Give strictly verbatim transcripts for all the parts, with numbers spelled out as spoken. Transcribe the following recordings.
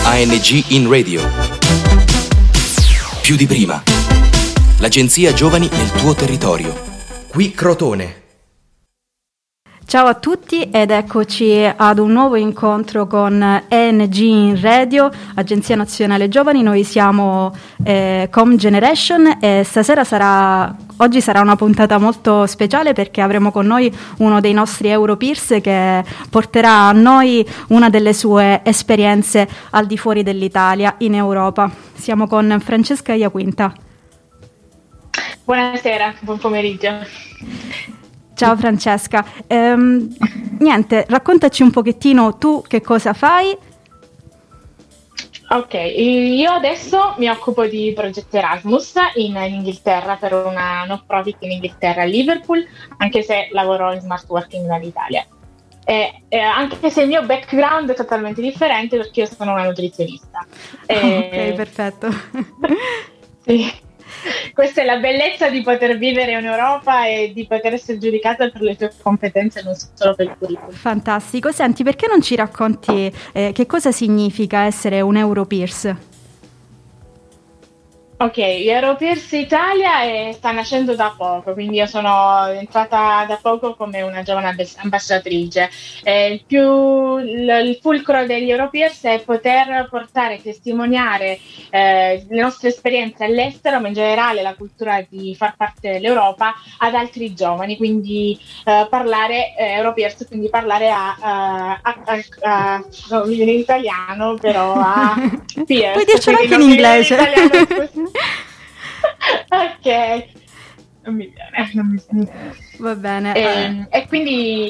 A N G in Radio. Più di prima. L'agenzia Giovani nel tuo territorio. Qui Crotone. Ciao a tutti ed eccoci ad un nuovo incontro con A N G in Radio, Agenzia Nazionale Giovani. Noi siamo eh, Com Generation e stasera sarà, oggi sarà una puntata molto speciale perché avremo con noi uno dei nostri Europeers che porterà a noi una delle sue esperienze al di fuori dell'Italia, in Europa. Siamo con Francesca Iaquinta. Buonasera, buon pomeriggio. Ciao Francesca, ehm, niente, raccontaci un pochettino tu che cosa fai. Ok, io adesso mi occupo di progetto Erasmus in, in Inghilterra per una non profit in Inghilterra a Liverpool, anche se lavoro in smart working dall'Italia. E, e anche se il mio background è totalmente differente perché io sono una nutrizionista. E, ok, perfetto. Sì. Questa è la bellezza di poter vivere in Europa e di poter essere giudicata per le tue competenze, non solo per il curriculum. Fantastico. Senti, perché non ci racconti eh, che cosa significa essere un Europeers? Ok, Europeers Italia è, sta nascendo da poco, quindi io sono entrata da poco come una giovane ambasciatrice. Eh, il, più, il, il fulcro degli Europeers è poter portare, testimoniare eh, le nostre esperienze all'estero, ma in generale la cultura di far parte dell'Europa ad altri giovani, quindi eh, parlare eh, Europeers, quindi parlare a, a, a, a, a non mi viene in italiano, però a peers. Puoi dircelo anche in inglese. Ok, non mi viene, non mi viene. Va bene. E, eh. e quindi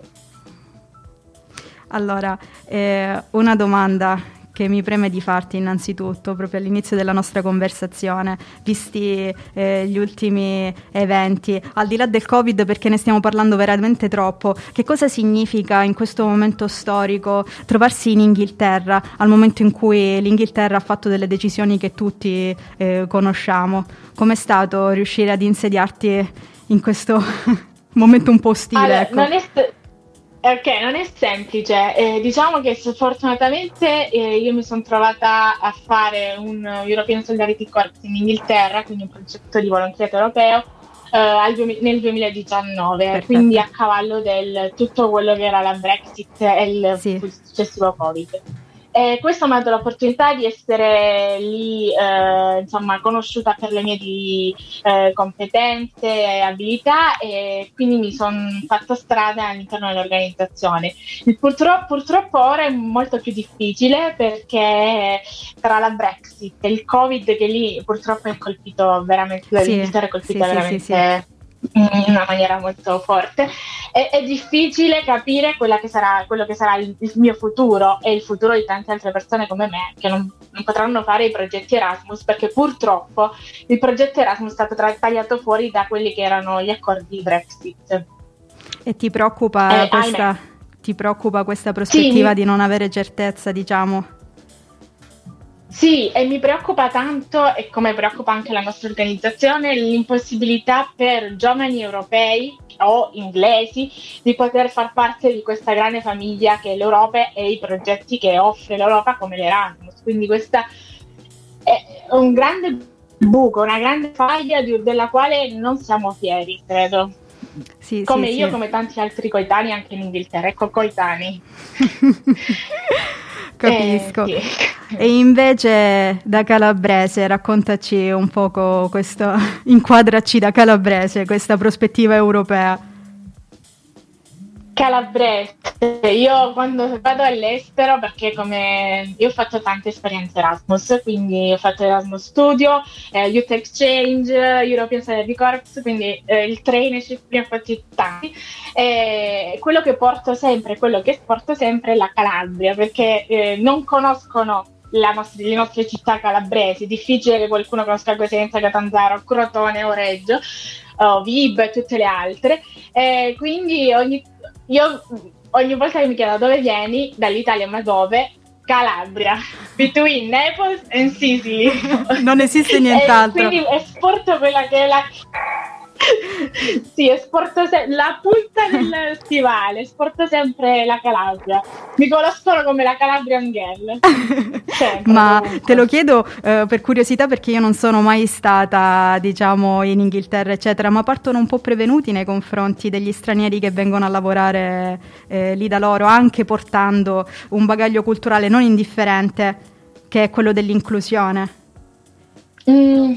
allora, eh, una domanda che mi preme di farti innanzitutto, proprio all'inizio della nostra conversazione, visti eh, gli ultimi eventi, al di là del Covid, perché ne stiamo parlando veramente troppo, che cosa significa in questo momento storico trovarsi in Inghilterra, al momento in cui l'Inghilterra ha fatto delle decisioni che tutti eh, conosciamo? Com'è stato riuscire ad insediarti in questo momento un po' ostile? Allora, ecco. non è st- Ok, non è semplice, eh, diciamo che fortunatamente eh, io mi sono trovata a fare un European Solidarity Corps in Inghilterra, quindi un progetto di volontariato europeo eh, al duemila, nel duemiladiciannove, Perfetto. Quindi a cavallo del tutto quello che era la Brexit e il Sì. successivo Covid. E questo mi ha dato l'opportunità di essere lì, eh, insomma, conosciuta per le mie di, eh, competenze e abilità, e quindi mi sono fatta strada all'interno dell'organizzazione. Il purtroppo, purtroppo ora è molto più difficile perché tra la Brexit e il Covid, che lì purtroppo è colpito veramente, Sì, l'Inghilterra è colpita sì, sì, veramente... sì, sì. in una maniera molto forte, è, è difficile capire quella che sarà, quello che sarà il, il mio futuro e il futuro di tante altre persone come me che non, non potranno fare i progetti Erasmus, perché purtroppo il progetto Erasmus è stato tra- tagliato fuori da quelli che erano gli accordi Brexit. E ti preoccupa Eh, questa, ti preoccupa questa prospettiva Sì. di non avere certezza, diciamo? Sì, e mi preoccupa tanto, e come preoccupa anche la nostra organizzazione, l'impossibilità per giovani europei o inglesi di poter far parte di questa grande famiglia che è l'Europa e i progetti che offre l'Europa come l'Erasmus. Quindi questa è un grande buco, una grande faglia di, della quale non siamo fieri, credo. Sì, come sì, io, sì. come tanti altri coetanei anche in Inghilterra, ecco, coetanei. Capisco. Eh, sì. E invece da calabrese, raccontaci un poco questo, inquadraci da calabrese questa prospettiva europea. Calabrese, io quando vado all'estero, perché come io ho fatto tante esperienze Erasmus, quindi ho fatto Erasmus Studio, eh, Youth Exchange, European Solidarity Corps, quindi eh, il traineeship ne ho fatti tanti. E quello che porto sempre, quello che porto sempre è la Calabria, perché eh, non conoscono la nostra, le nostre città calabresi, è difficile che qualcuno conosca Cosenza, Catanzaro, Crotone o Reggio, o Vib e tutte le altre, e quindi ogni, io ogni volta che mi chiedono dove vieni, dall'Italia, ma dove? Calabria, between Naples and Sicily. Non esiste nient'altro. E quindi esporto quella che è la Sì, esporto se- la punta del stivale, esporto sempre la Calabria. Mi conoscono come la Calabrian Girl. Sempre, Ma comunque. te lo chiedo eh, per curiosità, perché io non sono mai stata, diciamo, in Inghilterra, eccetera, ma partono un po' prevenuti nei confronti degli stranieri che vengono a lavorare eh, lì da loro, anche portando un bagaglio culturale non indifferente, che è quello dell'inclusione. Mm,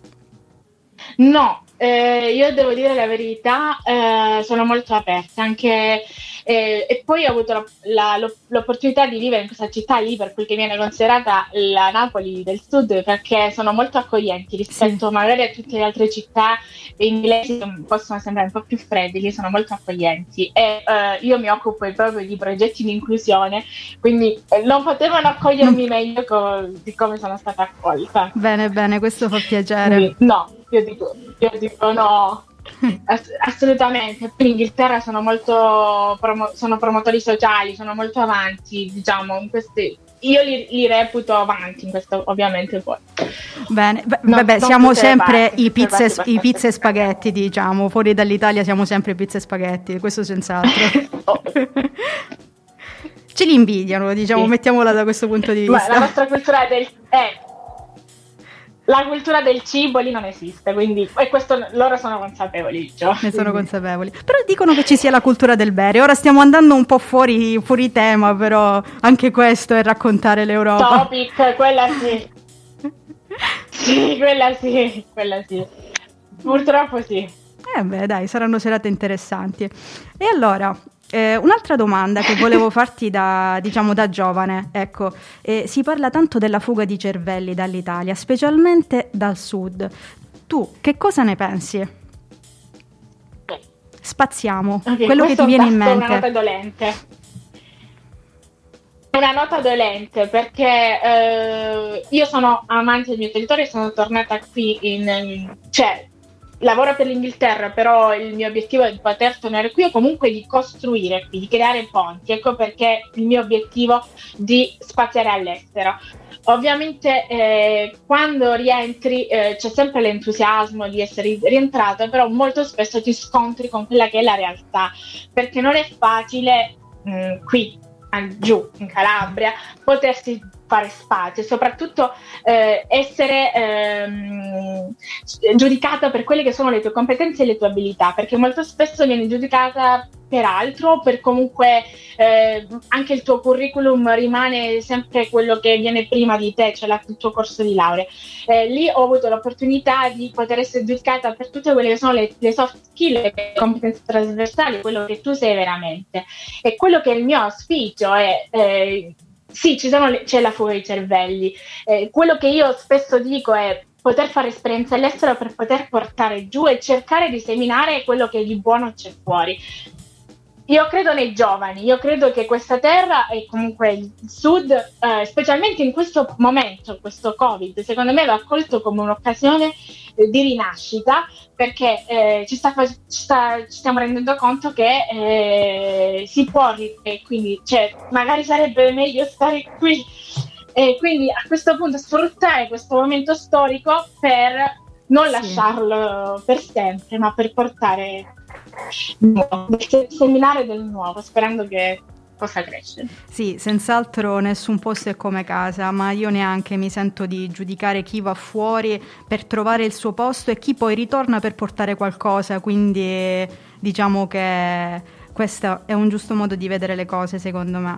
no, eh, io devo dire la verità, eh, sono molto aperta anche, eh, e poi ho avuto la- la- lo- l'opportunità di vivere in questa città, Liverpool, che viene considerata la Napoli del Sud, perché sono molto accoglienti rispetto magari a tutte le altre città inglesi che possono sembrare un po' più freddi, lì sono molto accoglienti e eh, io mi occupo proprio di progetti di inclusione, quindi eh, non potevano accogliermi meglio co- di come sono stata accolta. Bene, bene, questo fa piacere. Quindi, no, io dico, io dico no, ass- assolutamente. Qui in Inghilterra sono molto promo- sono promotori sociali, sono molto avanti, diciamo, in questi. Io li, li reputo avanti in questo, ovviamente poi. Bene, Beh, No, vabbè, non siamo tutte le sempre parti, i tutte le pizza, e, parti i per pizza e forza. spaghetti, diciamo, fuori dall'Italia siamo sempre pizza e spaghetti, questo senz'altro. Oh. Ce li invidiano, diciamo, Sì. mettiamola da questo punto di Ma vista. la nostra cultura del eh, la cultura del cibo lì non esiste, quindi e questo loro sono consapevoli di ciò. Ne sono Quindi- consapevoli. Però dicono che ci sia la cultura del bere. Ora stiamo andando un po' fuori, fuori tema, però anche questo è raccontare l'Europa. Topic, quella sì. Sì, quella sì, quella sì. Purtroppo sì. Eh beh, dai, saranno serate interessanti. E allora, eh, un'altra domanda che volevo farti da, diciamo, da giovane, ecco, eh, si parla tanto della fuga di cervelli dall'Italia, specialmente dal sud. Tu che cosa ne pensi? Spaziamo, Ok, quello che questo ti viene in è un tasto, una nota mente. dolente. Una nota dolente perché eh, io sono amante del mio territorio e sono tornata qui in, cioè lavoro per l'Inghilterra, però il mio obiettivo è di poter tornare qui o comunque di costruire qui, di creare ponti. Ecco perché il mio obiettivo di spaziare all'estero. Ovviamente eh, quando rientri eh, c'è sempre l'entusiasmo di essere rientrata, però molto spesso ti scontri con quella che è la realtà, perché non è facile mh, qui giù in Calabria potersi fare spazio e soprattutto eh, essere ehm, giudicata per quelle che sono le tue competenze e le tue abilità, perché molto spesso vieni giudicata per altro, per comunque eh, anche il tuo curriculum rimane sempre quello che viene prima di te, cioè la, il tuo corso di laurea. Eh, lì ho avuto l'opportunità di poter essere giudicata per tutte quelle che sono le, le soft skill, le competenze trasversali, quello che tu sei veramente. E quello che è il mio auspicio è eh, sì, ci sono le, c'è la fuga dei cervelli. Eh, quello che io spesso dico è poter fare esperienza all'estero per poter portare giù e cercare di seminare quello che di buono c'è fuori. Io credo nei giovani, io credo che questa terra e comunque il sud, eh, specialmente in questo momento, questo Covid, secondo me va accolto come un'occasione eh, di rinascita, perché eh, ci, sta, ci, sta, ci stiamo rendendo conto che eh, si può, e quindi cioè, magari sarebbe meglio stare qui. E quindi a questo punto sfruttare questo momento storico per non Sì. lasciarlo per sempre, ma per portare nuovo, per seminare del nuovo, sperando che possa crescere. Sì, senz'altro nessun posto è come casa, ma io neanche mi sento di giudicare chi va fuori per trovare il suo posto e chi poi ritorna per portare qualcosa, quindi diciamo che questo è un giusto modo di vedere le cose, secondo me.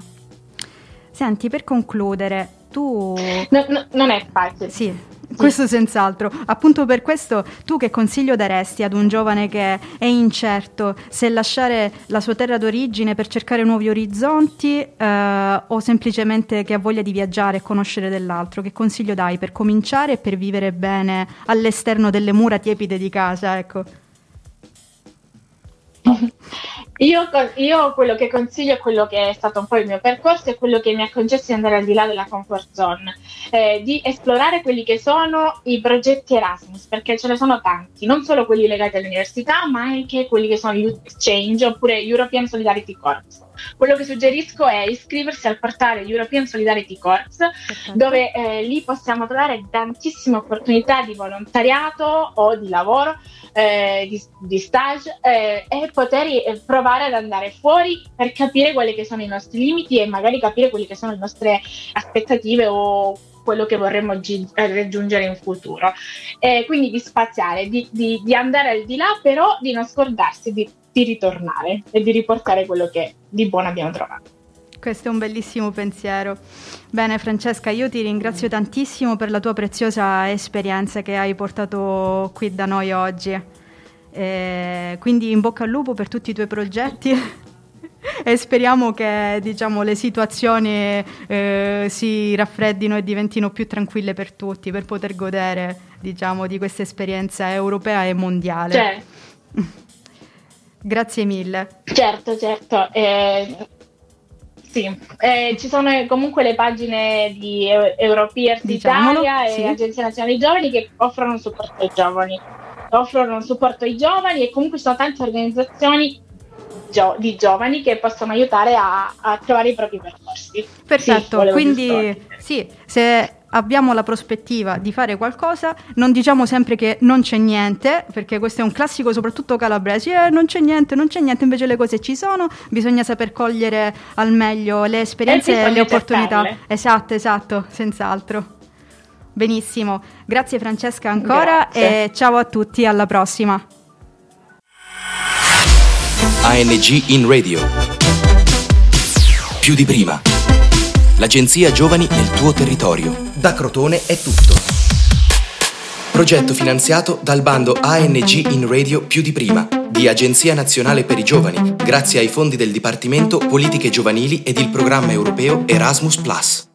Senti, per concludere, tu... No, no, non è facile. Sì, questo senz'altro. Appunto per questo, tu che consiglio daresti ad un giovane che è incerto se lasciare la sua terra d'origine per cercare nuovi orizzonti eh, o semplicemente che ha voglia di viaggiare e conoscere dell'altro? Che consiglio dai per cominciare e per vivere bene all'esterno delle mura tiepide di casa, ecco? Io, io quello che consiglio è quello che è stato un po' il mio percorso e quello che mi ha concesso di andare al di là della comfort zone, eh, di esplorare quelli che sono i progetti Erasmus, perché ce ne sono tanti, non solo quelli legati all'università, ma anche quelli che sono Youth Exchange oppure European Solidarity Corps. quello che suggerisco è iscriversi al portale European Solidarity Corps, perfetto, dove eh, lì possiamo trovare tantissime opportunità di volontariato o di lavoro, eh, di, di stage, eh, e poter eh, provare ad andare fuori per capire quali che sono i nostri limiti e magari capire quelle che sono le nostre aspettative o quello che vorremmo gi- raggiungere in futuro. E quindi di spaziare, di, di, di andare al di là, però di non scordarsi di, di ritornare e di riportare quello che di buono abbiamo trovato. Questo è un bellissimo pensiero. Bene Francesca, io ti ringrazio tantissimo per la tua preziosa esperienza che hai portato qui da noi oggi. E quindi in bocca al lupo per tutti i tuoi progetti e speriamo che, diciamo, le situazioni eh, si raffreddino e diventino più tranquille per tutti, per poter godere, diciamo, di questa esperienza europea e mondiale. Cioè. Grazie mille. Certo, certo. Eh, sì, eh, ci sono comunque le pagine di Europeers d'Italia sì. e Agenzia Nazionale dei Giovani che offrono un supporto ai giovani. Offrono un supporto ai giovani e comunque ci sono tante organizzazioni Gio- di giovani che possono aiutare a, a trovare i propri percorsi. Perfetto, sì, quindi sì, se abbiamo la prospettiva di fare qualcosa, non diciamo sempre che non c'è niente, perché questo è un classico soprattutto calabrese, eh, non c'è niente, non c'è niente, invece le cose ci sono, bisogna saper cogliere al meglio le esperienze e, e le opportunità. Cercarle. Esatto, esatto, senz'altro. Benissimo, grazie Francesca ancora. Grazie. E ciao a tutti, alla prossima. A N G in Radio. Più di prima. L'agenzia Giovani nel tuo territorio. Da Crotone è tutto. Progetto finanziato dal bando A N G in Radio Più di prima di Agenzia Nazionale per i Giovani, grazie ai fondi del Dipartimento Politiche Giovanili ed il programma europeo Erasmus Plus.